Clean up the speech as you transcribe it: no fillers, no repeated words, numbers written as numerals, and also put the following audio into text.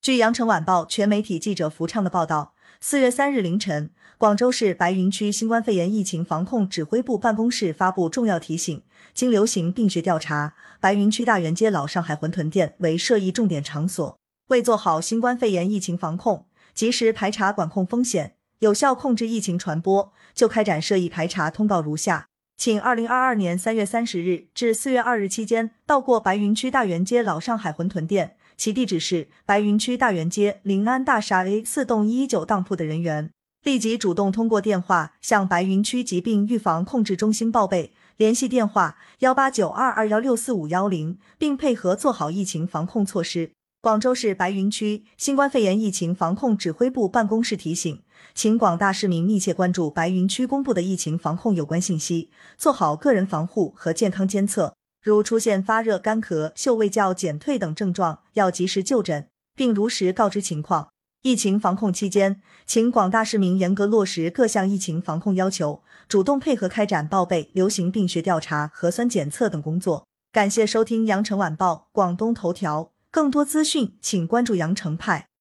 据羊城晚报全媒体记者福畅的报道，4月3日凌晨，广州市白云区新冠肺炎疫情防控指挥部办公室发布重要提醒，经流行病学调查，白云区大源街老上海馄饨店为涉疫重点场所。为做好新冠肺炎疫情防控，及时排查管控风险，有效控制疫情传播，就开展涉疫排查通告如下。请2022年3月30日至4月2日期间到过白云区大源街老上海馄饨店，其地址是白云区大源街临安大厦 A4栋119当铺的人员，立即主动通过电话向白云区疾病预防控制中心报备，联系电话189221645110，并配合做好疫情防控措施。广州市白云区新冠肺炎疫情防控指挥部办公室提醒，请广大市民密切关注白云区公布的疫情防控有关信息，做好个人防护和健康监测。如出现发热、干咳、嗅味较减退等症状，要及时就诊，并如实告知情况。疫情防控期间，请广大市民严格落实各项疫情防控要求，主动配合开展报备、流行病学调查、核酸检测等工作。感谢收听羊城晚报广东头条，更多资讯请关注羊城派。